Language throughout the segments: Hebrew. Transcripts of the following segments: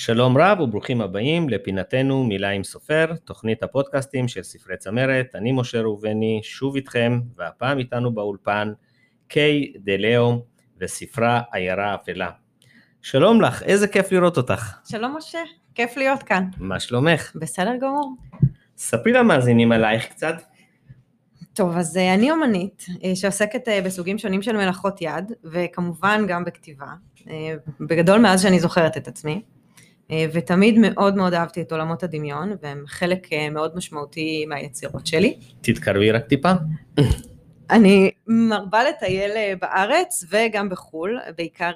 שלום רב וברוכים הבאים לפינתנו מילה עם סופר, תוכנית הפודקאסטים של ספרי צמרת. אני משה ראובני, שוב איתכם, והפעם איתנו באולפן קיי דלאו וספרה עיירה אפלה. שלום לך, איזה כיף לראות אותך. שלום משה, כיף להיות כאן. מה שלומך? בסדר גמור. ספרי למאזינים עלייך קצת. טוב, אז אני אומנית שעוסקת בסוגים שונים של מלאכות יד, וכמובן גם בכתיבה, בגדול מאז שאני זוכרת את עצמי, ותמיד מאוד מאוד אהבתי את עולמות הדמיון, והם חלק מאוד משמעותי מהיצירות שלי. תתקרבי רק טיפה. אני מרבה לטייל בארץ וגם בחול, בעיקר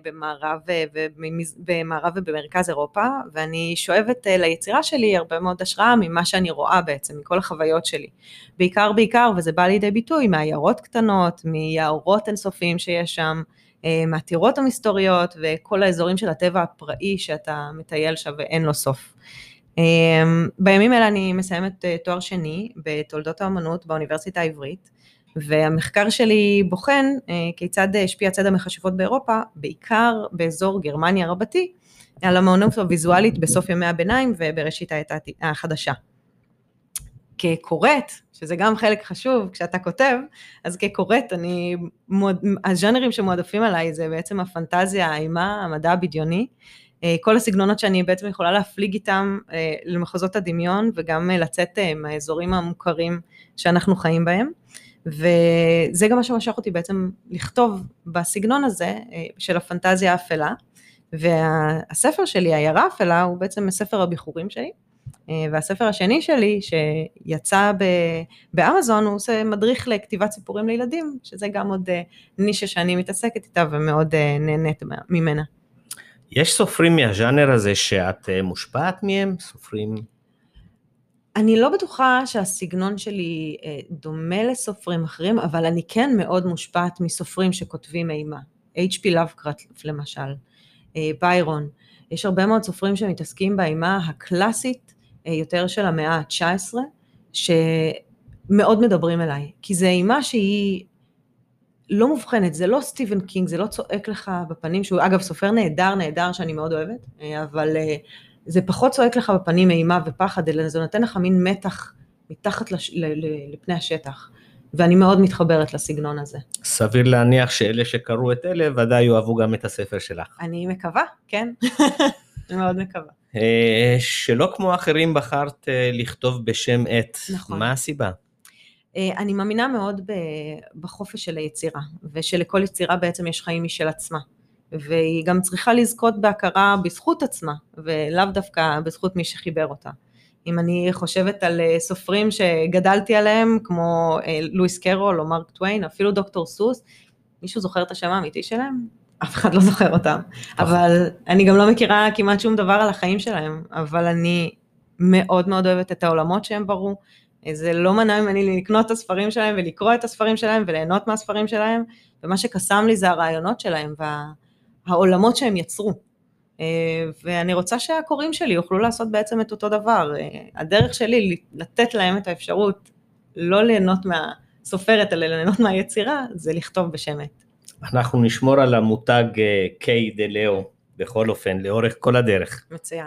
במערב ובמרכז אירופה, ואני שואבת ליצירה שלי הרבה מאוד השראה ממה שאני רואה בעצם, מכל החוויות שלי. בעיקר, וזה בא לידי ביטוי מעיירות קטנות, מיערות אינסופיים שיש שם, מהטירות המסתוריות, וכל האזורים של הטבע הפראי שאתה מטייל שם ואין לו סוף. בימים האלה אני מסיימת תואר שני בתולדות האמנות באוניברסיטה העברית, והמחקר שלי בוחן כיצד השפיע צד המכשפות באירופה, בעיקר באזור גרמניה רבתי, על האמנות הוויזואלית בסוף ימי הביניים ובראשית העת החדשה. כקוראת, שזה גם חלק חשוב כשאתה כותב, אז כקוראת הז'אנרים שמועדפים עליי זה בעצם הפנטזיה, האימה, המדע הבדיוני, כל הסגנונות שאני בעצם יכולה להפליג איתם למחוזות הדמיון, וגם לצאת מהאזורים המוכרים שאנחנו חיים בהם. וזה גם מה שמשך אותי בעצם לכתוב בסגנון הזה של הפנטזיה האפלה, והספר שלי, העיירה האפלה, הוא בעצם ספר הביחורים שלי, והספר השני שלי שיצא באמזון, הוא עושה מדריך לכתיבת סיפורים לילדים, שזה גם עוד נישה שאני מתעסקת איתה ומאוד נהנית ממנה. יש סופרים מהז'אנר הזה שאת מושפעת מהם? סופרים? אני לא בטוחה שהסגנון שלי דומה לסופרים אחרים, אבל אני כן מאוד מושפעת מסופרים שכותבים אימה. H.P. Lovecraft למשל, ביירון. יש הרבה מאוד סופרים שמתעסקים באימה הקלאסית, יותר של המאה ה-19, שמאוד מדברים אליי. כי זה אימה שהיא לא מובחנת, זה לא סטיבן קינג, זה לא צועק לך בפנים, שהוא אגב סופר נהדר שאני מאוד אוהבת, אבל זה פחות צועק לך בפנים אימה ופחד, אלא זה נותן לך מין מתח מתחת לפני השטח, ואני מאוד מתחברת לסגנון הזה. סביר להניח שאלה שקראו את אלה, ודאי יאהבו גם את הספר שלך. אני מקווה, כן. אני מאוד מקווה. שלא כמו אחרים בחרת לכתוב בשם עת. נכון. מה הסיבה? אני מאמינה מאוד בחופש של היצירה, ושלכל יצירה בעצם יש חיים משל עצמה. והיא גם צריכה לזכות בהכרה בזכות עצמה, ולאו דווקא בזכות מי שחיבר אותה. אם אני חושבת על סופרים שגדלתי עליהם, כמו לואיס קרול או מרק טוויין, אפילו דוקטור סוס, מישהו זוכר את השם האמיתי שלהם? אף אחד לא זוכר אותם. אבל אני גם לא מכירה כמעט שום דבר על החיים שלהם, אבל אני מאוד מאוד אוהבת את העולמות שהם ברו, זה לא מנע ממני לקנות את הספרים שלהם, ולקרוא את הספרים שלהם, וליהנות מהספרים שלהם, ומה שקסם לי זה הרעיונות שלהם, העולמות שהם יצרו, ואני רוצה שהקוראים שלי יוכלו לעשות בעצם את אותו דבר. הדרך שלי לתת להם את האפשרות לא ליהנות מהסופרת, אלא ליהנות מהיצירה, זה לכתוב בשם עת. אנחנו נשמור על המותג קיי דלאו בכל אופן, לאורך כל הדרך. מצוין.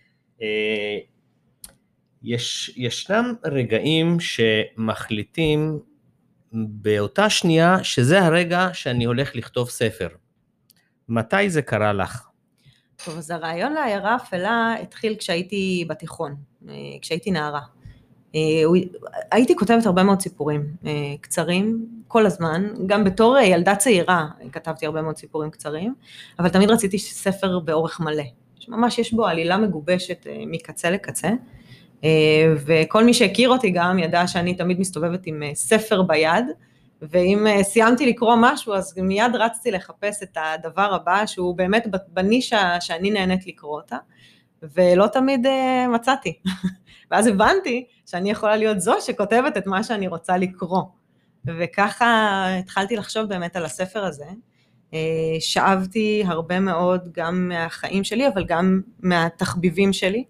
ישנם רגעים שמחליטים באותה שנייה שזה הרגע שאני הולך לכתוב ספר. מתי זה קרה לך? טוב, אז הרעיון לעיירה אפלה התחיל כשהייתי בתיכון, כשהייתי נערה. הייתי כותבת הרבה מאוד סיפורים קצרים, כל הזמן, גם בתור ילדה צעירה כתבתי הרבה מאוד סיפורים קצרים, אבל תמיד רציתי ספר באורך מלא, שממש יש בו עלילה מגובשת מקצה לקצה, וכל מי שהכיר אותי גם ידע שאני תמיד מסתובבת עם ספר ביד, ואם סיימתי לקרוא משהו, אז מיד רצתי לחפש את הדבר הבא, שהוא באמת בנישה שאני נהנית לקרוא אותה, ולא תמיד מצאתי. ואז הבנתי שאני יכולה להיות זו שכותבת את מה שאני רוצה לקרוא. וככה התחלתי לחשוב באמת על הספר הזה. שאבתי הרבה מאוד גם מהחיים שלי, אבל גם מהתחביבים שלי.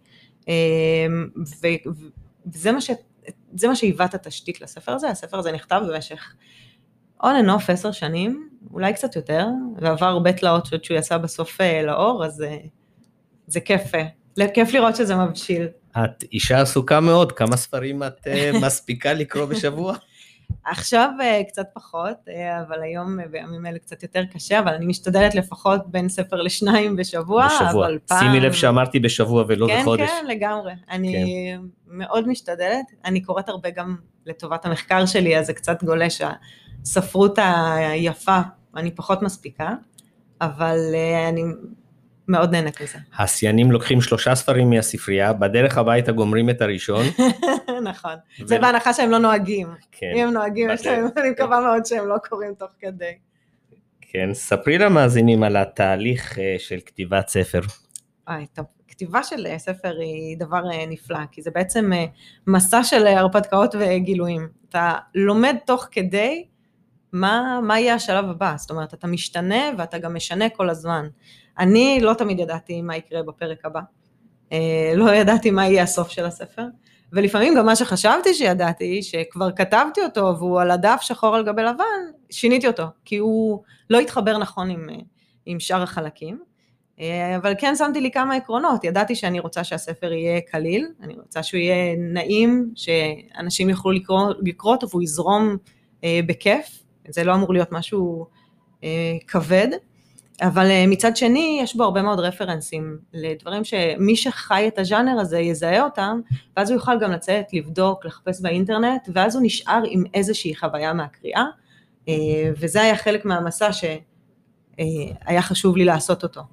וזה מה שהיווה את התשתית לספר הזה. הספר הזה נכתב במשך on and off 10 שנים, אולי קצת יותר, ועבר הרבה תלאות שהוא יצא בסוף לאור, אז זה כיף, כיף לראות שזה מבשיל. את אישה עסוקה מאוד, כמה ספרים את מספיקה לקרוא בשבוע? עכשיו קצת פחות, אבל היום בימים אלה קצת יותר קשה, אבל אני משתדלת לפחות בין ספר לשניים בשבוע, אבל פעם... שימי לב שאמרתי בשבוע ולא בחודש. כן, לגמרי. אני מאוד משתדלת, אני קוראת הרבה גם לטובת המחקר שלי, אז זה קצת גולש, הספרות היפה, אני פחות מספיקה, אבל אני מאוד נהנית לזה. הסיינים לוקחים 3 ספרים מהספרייה, בדרך הביתה גומרים את הראשון. נכון, זה בהנחה שהם לא נוהגים. כן. אם הם נוהגים, אני מקווה מאוד שהם לא קוראים תוך כדי. כן, ספרי למאזינים על התהליך של כתיבת ספר. טוב, כתיבה של ספר היא דבר נפלא, כי זה בעצם מסע של הרפתקאות וגילויים. אתה לומד תוך כדי מה יהיה השלב הבא, זאת אומרת, אתה משתנה ואתה גם משנה כל הזמן. אני לא תמיד ידעתי מה יקרה בפרק הבא, לא ידעתי מה יהיה הסוף של הספר, ולפעמים גם מה שחשבתי שידעתי, שכבר כתבתי אותו והוא על הדף שחור על גבי לבן, שיניתי אותו, כי הוא לא התחבר נכון עם שאר החלקים, אבל כן שמתי לי כמה עקרונות, ידעתי שאני רוצה שהספר יהיה קליל, אני רוצה שהוא יהיה נעים, שאנשים יוכלו לקרוא אותו והוא יזרום בכיף, זה לא אמור להיות משהו כבד, אבל מצד שני יש בו הרבה מאוד רפרנסים לדברים שמי שחי את הז'אנר הזה יזהה אותם, ואז הוא יוכל גם לצאת, לבדוק, לחפש באינטרנט, ואז הוא נשאר עם איזושהי חוויה מהקריאה, וזה היה חלק מהמסע שהיה חשוב לי לעשות אותו.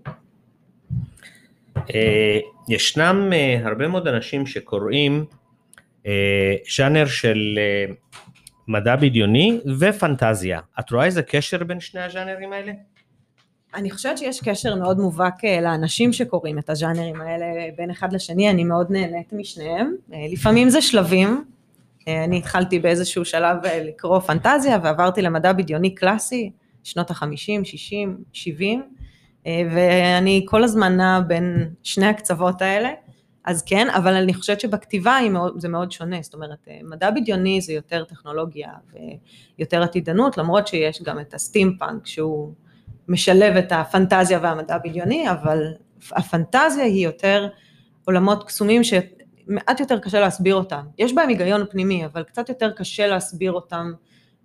ישנם הרבה מאוד אנשים שקוראים ז'אנר של מדע בדיוני ופנטזיה. את רואה איזה קשר בין שני הז'אנרים האלה? אני חושבת שיש קשר מאוד מובהק לאנשים שקוראים את הז'אנרים האלה בין אחד לשני, אני מאוד נהנית משניהם, לפעמים זה שלבים, אני התחלתי באיזשהו שלב לקרוא פנטזיה ועברתי למדע בדיוני קלאסי, שנות ה-50, 60, 70, ואני כל הזמן נעה בין שני הקצוות האלה, אז כן, אבל אני חושבת שבכתיבה זה מאוד שונה, זאת אומרת, מדע בדיוני זה יותר טכנולוגיה ויותר עתידנות, למרות שיש גם את הסטימפאנק שהוא משלב את הפנטזיה והמדע בדיוני, אבל הפנטזיה היא יותר עולמות קסומים שמעט יותר קשה להסביר אותם. יש בהם היגיון פנימי, אבל קצת יותר קשה להסביר אותם,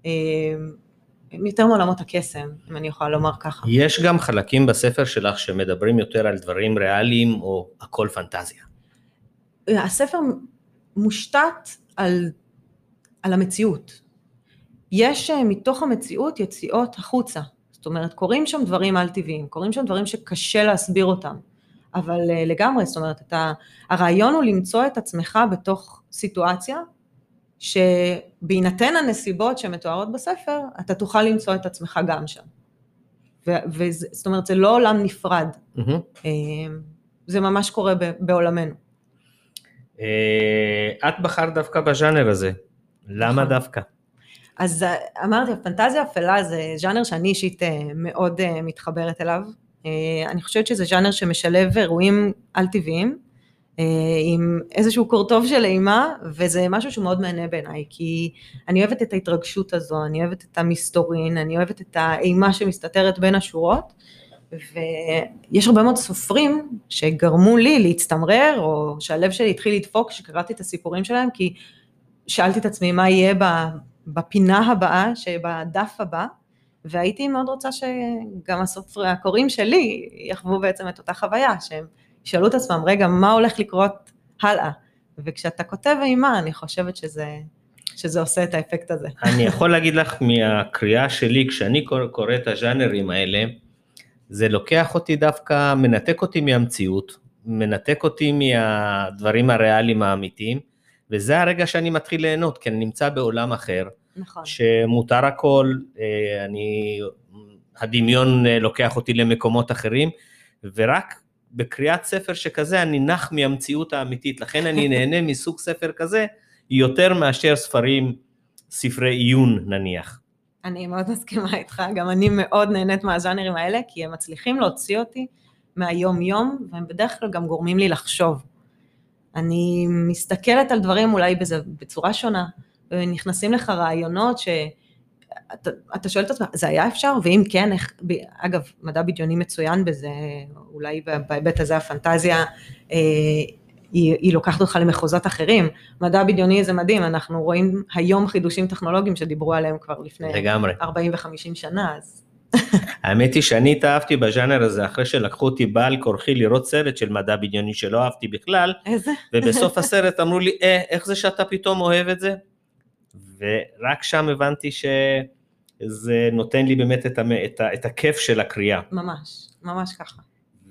יותר מעולמות הקסם, אם אני יכולה לומר ככה. יש גם חלקים בספר שלך שמדברים יותר על דברים ריאליים או הכל פנטזיה? הספר מושתת על המציאות. יש מתוך המציאות יציאות החוצה. זאת אומרת, קוראים שם דברים על טבעיים, קוראים שם דברים שקשה להסביר אותם, אבל לגמרי, זאת אומרת, הרעיון הוא למצוא את עצמך בתוך סיטואציה, שבהינתן הנסיבות שמתוארות בספר, אתה תוכל למצוא את עצמך גם שם. זאת אומרת, זה לא עולם נפרד, זה ממש קורה בעולמנו. את בחרת דווקא בז'אנר הזה, למה דווקא? אז אמרתי, הפנטזיה אפלה זה ז'אנר שאני אישית מאוד מתחברת אליו, אני חושבת שזה ז'אנר שמשלב אירועים על טבעיים, עם איזשהו קורטוב של אימה, וזה משהו שהוא מאוד מענה בעיניי, כי אני אוהבת את ההתרגשות הזו, אני אוהבת את המסתורין, אני אוהבת את האימה שמסתתרת בין השורות, ויש הרבה מאוד סופרים שגרמו לי להצטמרר, או שהלב שלי התחיל לדפוק כשקראתי את הסיפורים שלהם, כי שאלתי את עצמי מה יהיה בפינה הבאה, שבדף הבא, והייתי מאוד רוצה שגם הקוראים שלי יחוו בעצם את אותה חוויה, שהם שאלו את עצמם, רגע, מה הולך לקרות הלאה? וכשאתה כותב אימה, אני חושבת שזה עושה את האפקט הזה. אני יכול להגיד לך מהקריאה שלי, כשאני קורא את הז'אנרים האלה, זה לוקח אותי דווקא, מנתק אותי מהמציאות, מנתק אותי מהדברים הריאליים האמיתיים, וזה הרגע שאני מתחיל ליהנות, כי אני נמצא בעולם אחר, נכון. שמותר הכל, הדמיון לוקח אותי למקומות אחרים, ורק בקריאת ספר שכזה אני נח מהמציאות האמיתית, לכן אני נהנה מסוג ספר כזה, יותר מאשר ספרי עיון נניח. אני מאוד מסכימה איתך, גם אני מאוד נהנית מהז'אנרים האלה, כי הם מצליחים להוציא אותי מהיום יום, והם בדרך כלל גם גורמים לי לחשוב. אני מסתכלת על דברים אולי בצורה שונה, ונכנסים לך רעיונות אתה שואל את עצמך, זה היה אפשר? ואם כן, אגב, מדע בדיוני מצוין בזה, אולי בהיבט הזה הפנטזיה, היא לוקחת אותך למחוזות אחרים. מדע בדיוני זה מדהים, אנחנו רואים היום חידושים טכנולוגיים שדיברו עליהם כבר לפני 40 ו-50 שנה, אז... האמת היא שאני התאהבתי בז'אנר הזה, אחרי שלקחו אותי בעל כורחי לראות סרט של מדע בדיוני שלא אהבתי בכלל, איזה? ובסוף הסרט אמרו לי, איך זה שאתה פתאום אוהב את זה? ורק שם הבנתי שזה נותן לי באמת את הכיף של הקריאה. ממש, ממש ככה.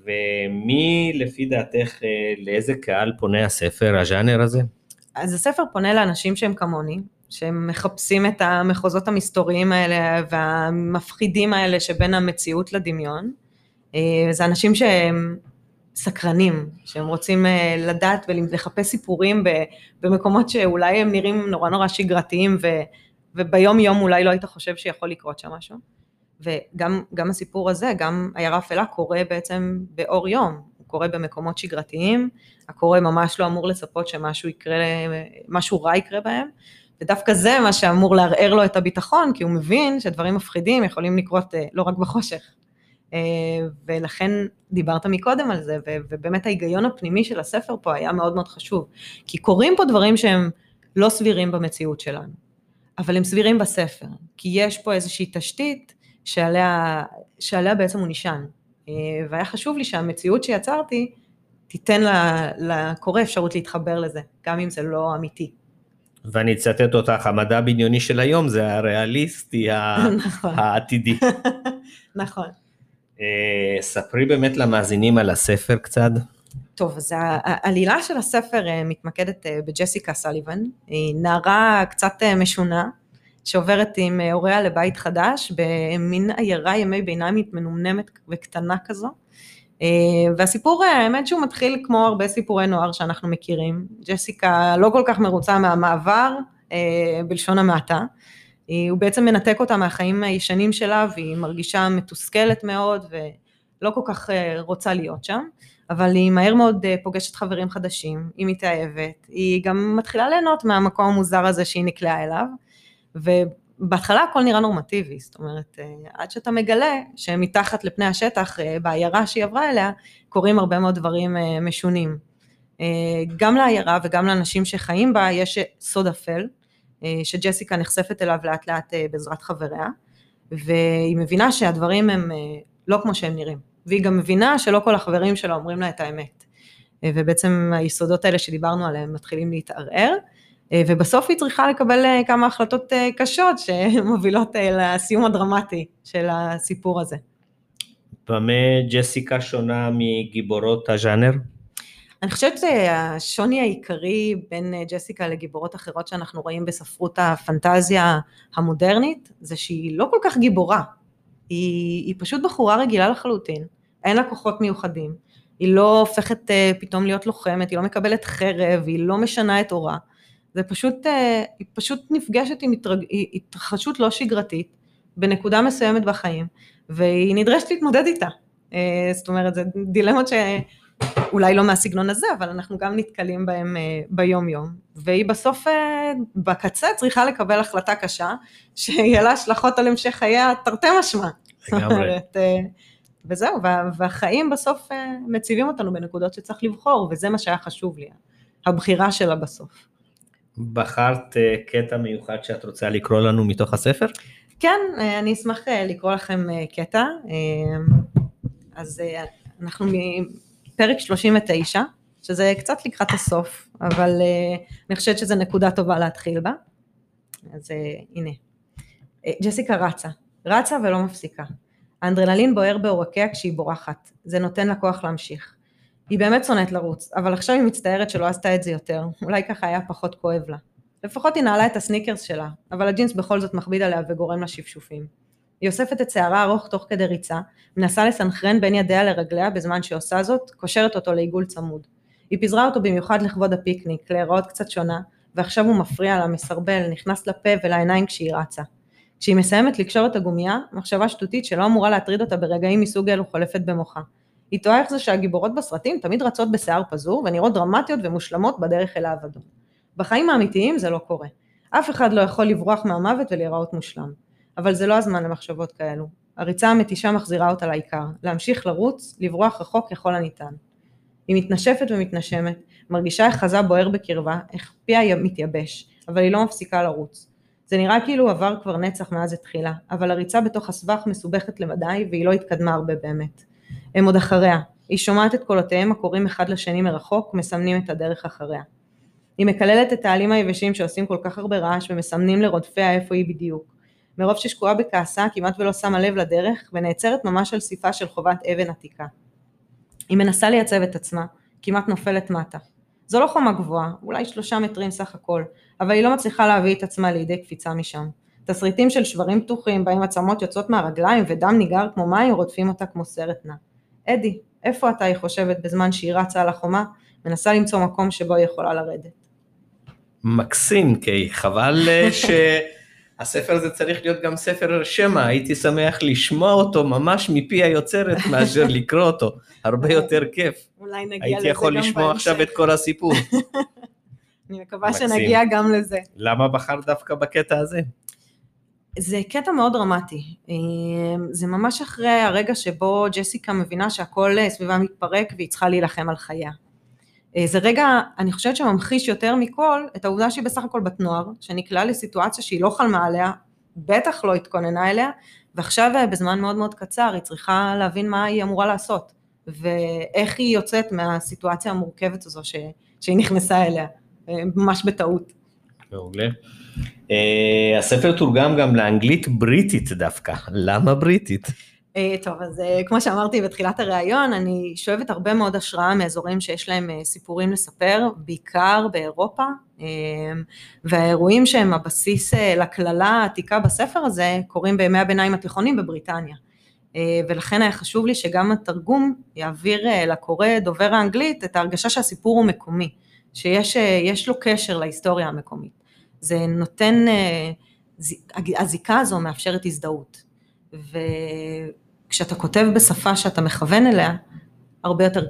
ומי לפי דעתך, לאיזה קהל פונה הספר, הז'אנר הזה? אז הספר פונה לאנשים שהם כמוני, שהם מחפשים את המחוזות המסתוריים האלה, והמפחידים האלה שבין המציאות לדמיון. זה אנשים שהם סקרנים, שהם רוצים לדעת ולחפש סיפורים במקומות שאולי הם נראים נורא נורא שגרתיים, וביום יום אולי לא היית חושב שיכול לקרות שם משהו. וגם הסיפור הזה, גם עיירה אפלה, קורה בעצם באור יום, הוא קורה במקומות שגרתיים, הקורא ממש לא אמור לצפות שמשהו יקרה, משהו רע יקרה בהם, ודווקא זה מה שאמור לערער לו את הביטחון, כי הוא מבין שדברים מפחידים יכולים לקרות לא רק בחושך. ולכן דיברת מקודם על זה, ובאמת ההיגיון הפנימי של הספר פה היה מאוד מאוד חשוב, כי קורים פה דברים שהם לא סבירים במציאות שלנו, אבל הם סבירים בספר, כי יש פה איזושהי תשתית שעליה בעצם הוא נשען, והיה חשוב לי שהמציאות שיצרתי תיתן לקורא אפשרות להתחבר לזה, גם אם זה לא אמיתי. ואני אצטט אותך, המדע הבדיוני של היום זה הריאליסטי העתידי. נכון. ספרי באמת למאזינים על הספר קצת. טוב, אז העלילה של הספר מתמקדת בג'סיקה סליבן, היא נערה קצת משונה, שעוברת עם הוריה לבית חדש, במין עיירה ימי ביניים מנומנמת וקטנה כזו, והסיפור האמת שהוא מתחיל כמו הרבה סיפורי נוער שאנחנו מכירים, ג'סיקה לא כל כך מרוצה מהמעבר, בלשון המעטה, הוא בעצם מנתק אותה מהחיים הישנים שלה, והיא מרגישה מתוסכלת מאוד, ולא כל כך רוצה להיות שם, אבל היא מהר מאוד פוגשת חברים חדשים, היא מתאהבת, היא גם מתחילה ליהנות מהמקום המוזר הזה שהיא נקלעה אליו, ובהתחלה הכל נראה נורמטיבי, זאת אומרת, עד שאתה מגלה שמתחת לפני השטח, בעיירה שהיא עברה אליה, קורים הרבה מאוד דברים משונים. גם לעיירה וגם לאנשים שחיים בה, יש סוד אפל, שג'סיקה נחשפת אליו לאט לאט בעזרת חבריה, והיא מבינה שהדברים הם לא כמו שהם נראים, והיא גם מבינה שלא כל החברים שלה אומרים לה את האמת, ובעצם היסודות האלה שדיברנו עליהם מתחילים להתערער, ובסוף היא צריכה לקבל כמה החלטות קשות שמובילות לסיום הדרמטי של הסיפור הזה. במה ג'סיקה שונה מגיבורות הז'אנר? אני חושבת שהשוני העיקרי בין ג'סיקה לגיבורות אחרות שאנחנו רואים בספרות הפנטזיה המודרנית, זה שהיא לא כל כך גיבורה, היא פשוט בחורה רגילה לחלוטין, אין לה כוחות מיוחדים, היא לא הופכת פתאום להיות לוחמת, היא לא מקבלת חרב, היא לא משנה את אורה, זה פשוט, היא פשוט נפגשת עם התרחשות לא שגרתית, בנקודה מסוימת בחיים, והיא נדרשת להתמודד איתה, זאת אומרת, זה דילמות שאולי לא מהסגנון הזה, אבל אנחנו גם נתקלים בהם ביום יום, והיא בסוף בקצה צריכה לקבל החלטה קשה, שיהיה לה השלכות על המשך חייה תרתי משמע. וזהו, והחיים בסוף מציבים אותנו בנקודות שצריך לבחור, וזה מה שהיה חשוב לי, הבחירה שלה בסוף. בחרת קטע מיוחד שאת רוצה לקרוא לנו מתוך הספר? כן, אני אשמח לקרוא לכם קטע, אז אנחנו מפרק 39, שזה קצת לקראת הסוף, אבל אני חושבת שזו נקודה טובה להתחיל בה, אז הנה, ג'סיקה רצה ולא מפסיקה, האנדרנלין בוער בעורקיה כשהיא בורחת, זה נותן לה כוח להמשיך, היא באמת שונאת לרוץ, אבל עכשיו היא מצטערת שלא עשתה את זה יותר, אולי ככה היה פחות כואב לה, לפחות היא נעלה את הסניקרס שלה, אבל הג'ינס בכל זאת מכביד עליה וגורם לה שפשופים, היא אוספת את שערה ארוך תוך כדי ריצה, מנסה לסנכרן בין ידיה לרגליה בזמן שעושה זאת, קושרת אותו לעיגול צמוד. היא פיזרה אותו במיוחד לכבוד הפיקניק, להיראות קצת שונה, ועכשיו הוא מפריע לה, מסרבל, נכנס לפה ולעיניים כשהיא רצה. כשהיא מסיימת לקשור את הגומיה, מחשבה שטותית שלא אמורה להטריד אותה ברגעים מסוג אלו חולפת במוחה. היא תוהה איך זה שהגיבורות בסרטים תמיד רצות בשיער פזור, ונראות דרמטיות ומושלמות בדרך אל האבדון. בחיים האמיתיים זה לא קורה. אף אחד לא יכול לברוח מהמוות ולהיראות מושלם. אבל זה לא הזמן למחשבות כאלו. הריצה המתישה מחזירה אותה לעיקר, להמשיך לרוץ, לברוח רחוק ככל הניתן. היא מתנשפת ומתנשמת, מרגישה איך חזה בוער בקרבה, איך פיה מתייבש, אבל היא לא מפסיקה לרוץ. זה נראה כאילו עבר כבר נצח מאז התחילה, אבל הריצה בתוך הסבך מסובכת למדי, והיא לא התקדמה הרבה באמת. הם עוד אחריה, היא שומעת את קולותיהם הקוראים אחד לשני מרחוק, מסמנים את הדרך אחריה. היא מקללת את העלים היבשים שעושים כל כך הרבה רעש, ומסמנים לרודפיה איפה היא בדיוק. מרוב ששקועה בכעסה, כמעט ולא שמה לב לדרך, ונעצרת ממש על סיפה של חובת אבן עתיקה. היא מנסה לייצב את עצמה, כמעט נופלת מטה. זו לא חומה גבוהה, אולי 3 מטרים סך הכל, אבל היא לא מצליחה להביא את עצמה לידי קפיצה משם. תסריטים של שברים פתוחים, בהם עצמות יוצאות מהרגליים ודם ניגר כמו מים, רודפים אותה כמו סרט נע. אדי, איפה אתה, היא חושבת, בזמן שהיא רצה על החומה, מנסה למצוא מקום שבו היא יכולה לרדת. מקסים, כי חבל שהספר הזה צריך להיות גם ספר שמע, הייתי שמח לשמוע אותו ממש מפי היוצרת מאשר לקרוא אותו, הרבה יותר כיף. אולי נגיע לזה גם בהמשך. הייתי יכול לשמוע עכשיו את כל הסיפור. אני מקווה שנגיע גם לזה. למה בחרת דווקא בקטע הזה? זה קטע מאוד דרמטי, זה ממש אחרי הרגע שבו ג'סיקה מבינה שהכל סביבה מתפרק והיא צריכה להילחם על חייה. זה רגע, אני חושבת שממחיש יותר מכל את העובדה שהיא בסך הכל בת נוער, שנקלעה לסיטואציה שהיא לא חלמה עליה, בטח לא התכוננה אליה, ועכשיו בזמן מאוד מאוד קצר היא צריכה להבין מה היא אמורה לעשות, ואיך היא יוצאת מהסיטואציה המורכבת הזו שהיא נכנסה אליה, ממש בטעות. מעולה. הספר תורגם גם לאנגלית בריטית דווקא, למה בריטית? טוב, אז כמו שאמרתי בתחילת הראיון, אני שואבת הרבה מאוד השראה מאזורים שיש להם סיפורים לספר, בעיקר באירופה, והאירועים שהם הבסיס לכללה העתיקה בספר הזה, קורים בימי הביניים התיכונים בבריטניה. ולכן היה חשוב לי שגם התרגום יעביר לקורא דובר האנגלית את ההרגשה שהסיפור הוא מקומי, שיש לו קשר להיסטוריה המקומית. זה נותן, הזיקה הזו מאפשרת הזדהות. וכשאתה כותב בשפה שאתה מכוון אליה, הרבה יותר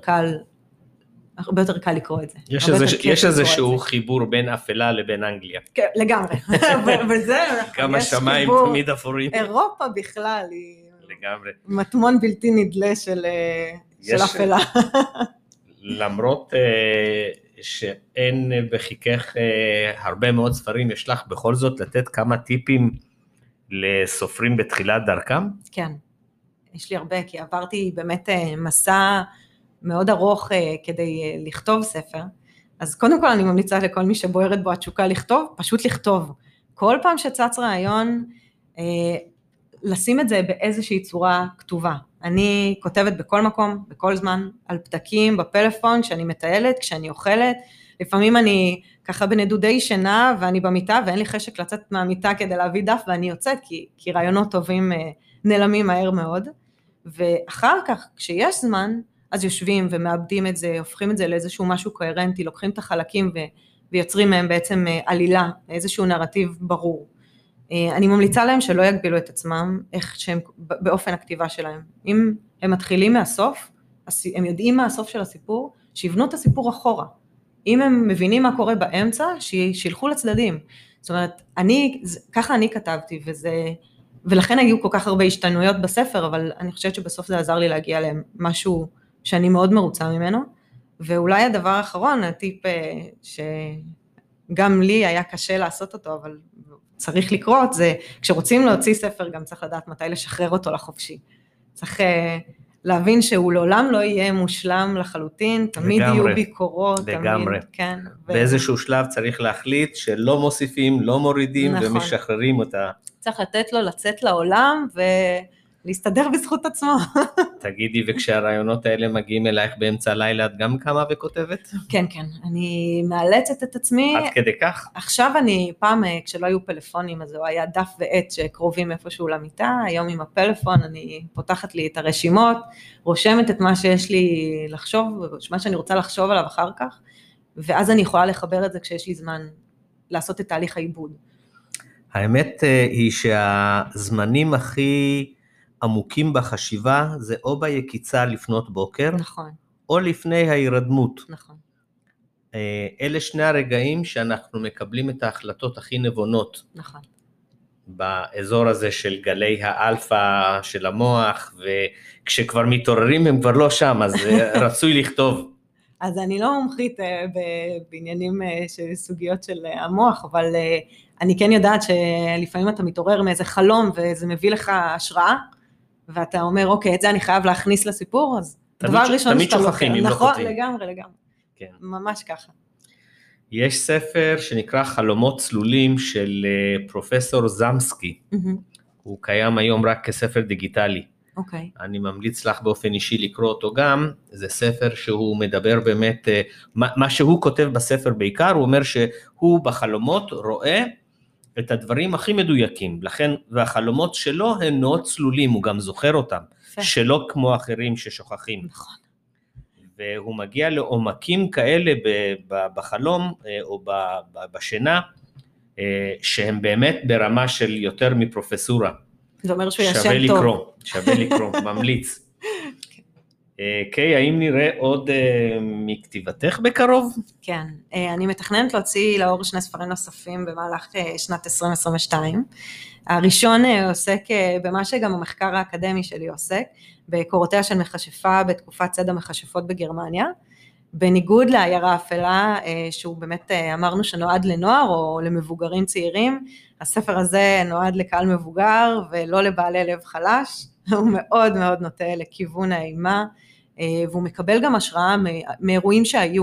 קל לקרוא את זה. יש איזשהו חיבור בין אפלה לבין אנגליה. כן, לגמרי. וזה, גם השמיים תמיד אפורים. אירופה בכלל היא לגמרי. מטמון בלתי נדלה של אפלה. למרות שאין בחיכך הרבה מאוד ספרים, יש לך בכל זאת לתת כמה טיפים לסופרים בתחילת דרכם? כן, יש לי הרבה, כי עברתי באמת מסע מאוד ארוך כדי לכתוב ספר, אז קודם כל אני ממליצה לכל מי שבוערת בו התשוקה לכתוב, פשוט לכתוב. כל פעם שצץ רעיון, לשים את זה באיזושהי צורה כתובה. אני כותבת בכל מקום, בכל זמן, על פתקים, בפלאפון, כשאני מטיילת, כשאני אוכלת, לפעמים אני ככה בנדודי שינה, ואני במיטה, ואין לי חשק לצאת מהמיטה כדי להביא דף, ואני יוצאת, כי רעיונות טובים נעלמים מהר מאוד, ואחר כך, כשיש זמן, אז יושבים ומאבדים את זה, הופכים את זה לאיזשהו משהו קוהרנטי, לוקחים את החלקים ויוצרים מהם בעצם עלילה, איזשהו נרטיב ברור. אני ממליצה להם שלא יגבילו את עצמם, איך שהם, באופן הכתיבה שלהם. אם הם מתחילים מהסוף, הם יודעים מה הסוף של הסיפור, שיבנו את הסיפור אחורה. אם הם מבינים מה קורה באמצע, שילכו לצדדים. זאת אומרת, ככה אני כתבתי, ולכן היו כל כך הרבה השתנויות בספר, אבל אני חושבת שבסוף זה עזר לי להגיע למשהו שאני מאוד מרוצה ממנו, ואולי הדבר האחרון, הטיפ שגם לי היה קשה לעשות אותו, אבל צריך לקרות, זה כשרוצים להוציא ספר, גם צריך לדעת מתי לשחרר אותו לחופשי. צריך להבין שהוא לעולם לא יהיה מושלם לחלוטין, תמיד יהיו ביקורות, לגמרי. תמיד, כן. באיזשהו שלב צריך להחליט שלא מוסיפים, לא מורידים, נכון. ומשחררים אותה. צריך לתת לו לצאת לעולם ולהסתדר בזכות עצמו. תגידי, וכשהרעיונות האלה מגיעים אלייך באמצע הלילה, את גם קמה וכותבת? כן, כן, אני מאלצת את עצמי. עד כדי כך? עכשיו פעם כשלא היו פלאפונים, אז הוא היה דף ועט שקרובים איפשהו למיטה, היום עם הפלאפון אני פותחת לי את הרשימות, רושמת את מה שיש לי לחשוב, מה שאני רוצה לחשוב עליו אחר כך, ואז אני יכולה לחבר את זה כשיש לי זמן לעשות את תהליך העיבוד. האמת היא שהזמנים הכי עמוקים בחשיבה, זה או ביקיצה לפנות בוקר, נכון. או לפני ההירדמות. נכון. אלה שני הרגעים שאנחנו מקבלים את ההחלטות הכי נבונות. נכון. באזור הזה של גלי האלפא של המוח, וכשכבר מתעוררים הם כבר לא שם, אז רצוי לכתוב. אז אני לא מומחית בעניינים של סוגיות של המוח, אבל אני כן יודעת שלפעמים אתה מתעורר מאיזה חלום, וזה מביא לך השראה, ואתה אומר, אוקיי, את זה אני חייב להכניס לסיפור, אז דבר ראשון תמיד שוכחים, אם לא כותבים. נכון, לגמרי. כן. ממש ככה. יש ספר שנקרא חלומות צלולים של פרופסור זמסקי, הוא קיים היום רק כספר דיגיטלי. אוקיי. אני ממליץ לך באופן אישי לקרוא אותו גם, זה ספר שהוא מדבר באמת, מה שהוא כותב בספר בעיקר, הוא אומר שהוא בחלומות רואה את הדברים הכי מדויקים, לכן, והחלומות שלו הם מאוד צלולים, הוא גם זוכר אותם, שלא כמו אחרים ששוכחים. נכון. והוא מגיע לעומקים כאלה בחלום או בשינה, שהם באמת ברמה של יותר מפרופסורה. זה אומר שהוא ישן טוב. שווה לקרוא, ממליץ. קיי, האם נראה עוד מכתיבתך בקרוב? כן, אני מתכננת להוציא לאור 2 ספרים נוספים במהלך שנת 2022. הראשון עוסק במה שגם המחקר האקדמי שלי עוסק, בקורותיה של מכשפה בתקופת ציד המכשפות בגרמניה, בניגוד לעיירה האפלה, שהוא באמת אמרנו שנועד לנוער או למבוגרים צעירים, הספר הזה נועד לקהל מבוגר ולא לבעלי לב חלש, הוא מאוד מאוד נוטה לכיוון האימה, והוא מקבל גם השראה מאירועים שהיו,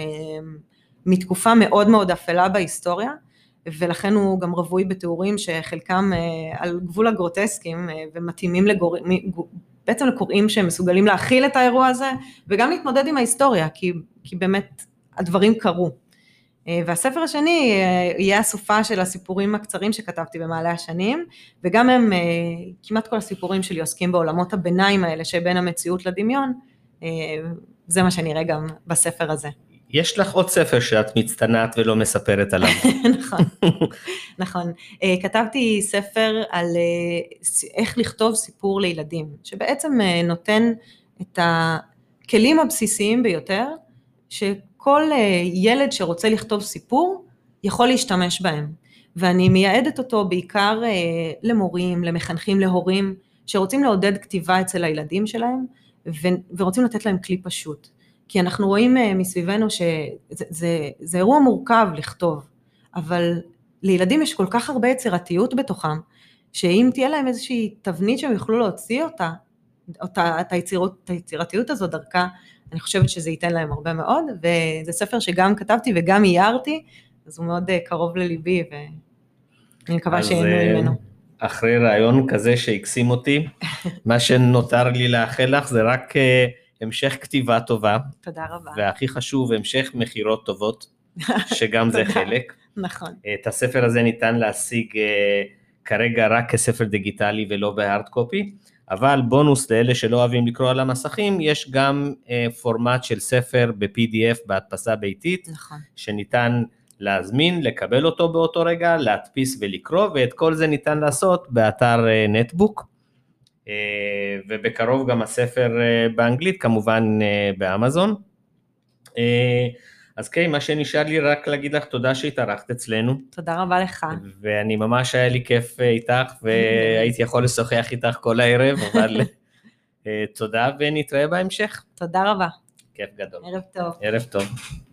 מתקופה מאוד מאוד אפלה בהיסטוריה, ולכן הוא גם רבוי בתיאורים שחלקם על גבול הגרוטסקים, ומתאימים בעצם לקוראים שהם מסוגלים להכיל את האירוע הזה, וגם להתמודד עם ההיסטוריה, כי באמת הדברים קרו. והספר השני יהיה הסופה של הסיפורים הקצרים שכתבתי במעלה השנים, וגם הם, כמעט כל הסיפורים שלי עוסקים בעולמות הביניים האלה, שבין המציאות לדמיון, זה מה שנראה גם בספר הזה. יש לך עוד ספר שאת מצטנעת ולא מספרת עליו. נכון, נכון. כתבתי ספר על איך לכתוב סיפור לילדים, שבעצם נותן את הכלים הבסיסיים ביותר, שכל ילד שרוצה לכתוב סיפור, יכול להשתמש בהם. ואני מייעדת אותו בעיקר למורים, למחנכים, להורים, שרוצים לעודד כתיבה אצל הילדים שלהם, ורוצים לתת להם כלי פשוט. כי אנחנו רואים מסביבנו שזה אירוע מורכב לכתוב, אבל לילדים יש כל כך הרבה יצירתיות בתוכם, שאם תהיה להם איזושהי תבנית שהם יוכלו להוציא את היצירתיות הזו דרכה, אני חושבת שזה ייתן להם הרבה מאוד, וזה ספר שגם כתבתי וגם עיירתי, אז הוא מאוד קרוב לליבי, ואני מקווה שיהנו ממנו. אחרי רעיון כזה שהקסים אותי, מה שנותר לי לאחל לך זה רק המשך כתיבה טובה. תודה רבה. והכי חשוב, המשך מחירות טובות, שגם זה חלק. נכון. את הספר הזה ניתן להשיג כרגע רק כספר דיגיטלי ולא בהארד קופי, אבל בונוס לאלה שלא אוהבים לקרוא על המסכים, יש גם פורמט של ספר ב-PDF בהדפסה ביתית, נכון. שניתן להזמין, לקבל אותו באותו רגע, להדפיס ולקרוא, ואת כל זה ניתן לעשות באתר נטבוק, ובקרוב גם הספר באנגלית, כמובן באמזון. אז כן, מה שנשאר לי רק להגיד לך תודה שהתארחת אצלנו. תודה רבה לך. ואני ממש היה לי כיף איתך, והייתי יכול לשוחח איתך כל הערב, אבל תודה ונתראה בהמשך. תודה רבה. כיף גדול. ערב טוב. ערב טוב.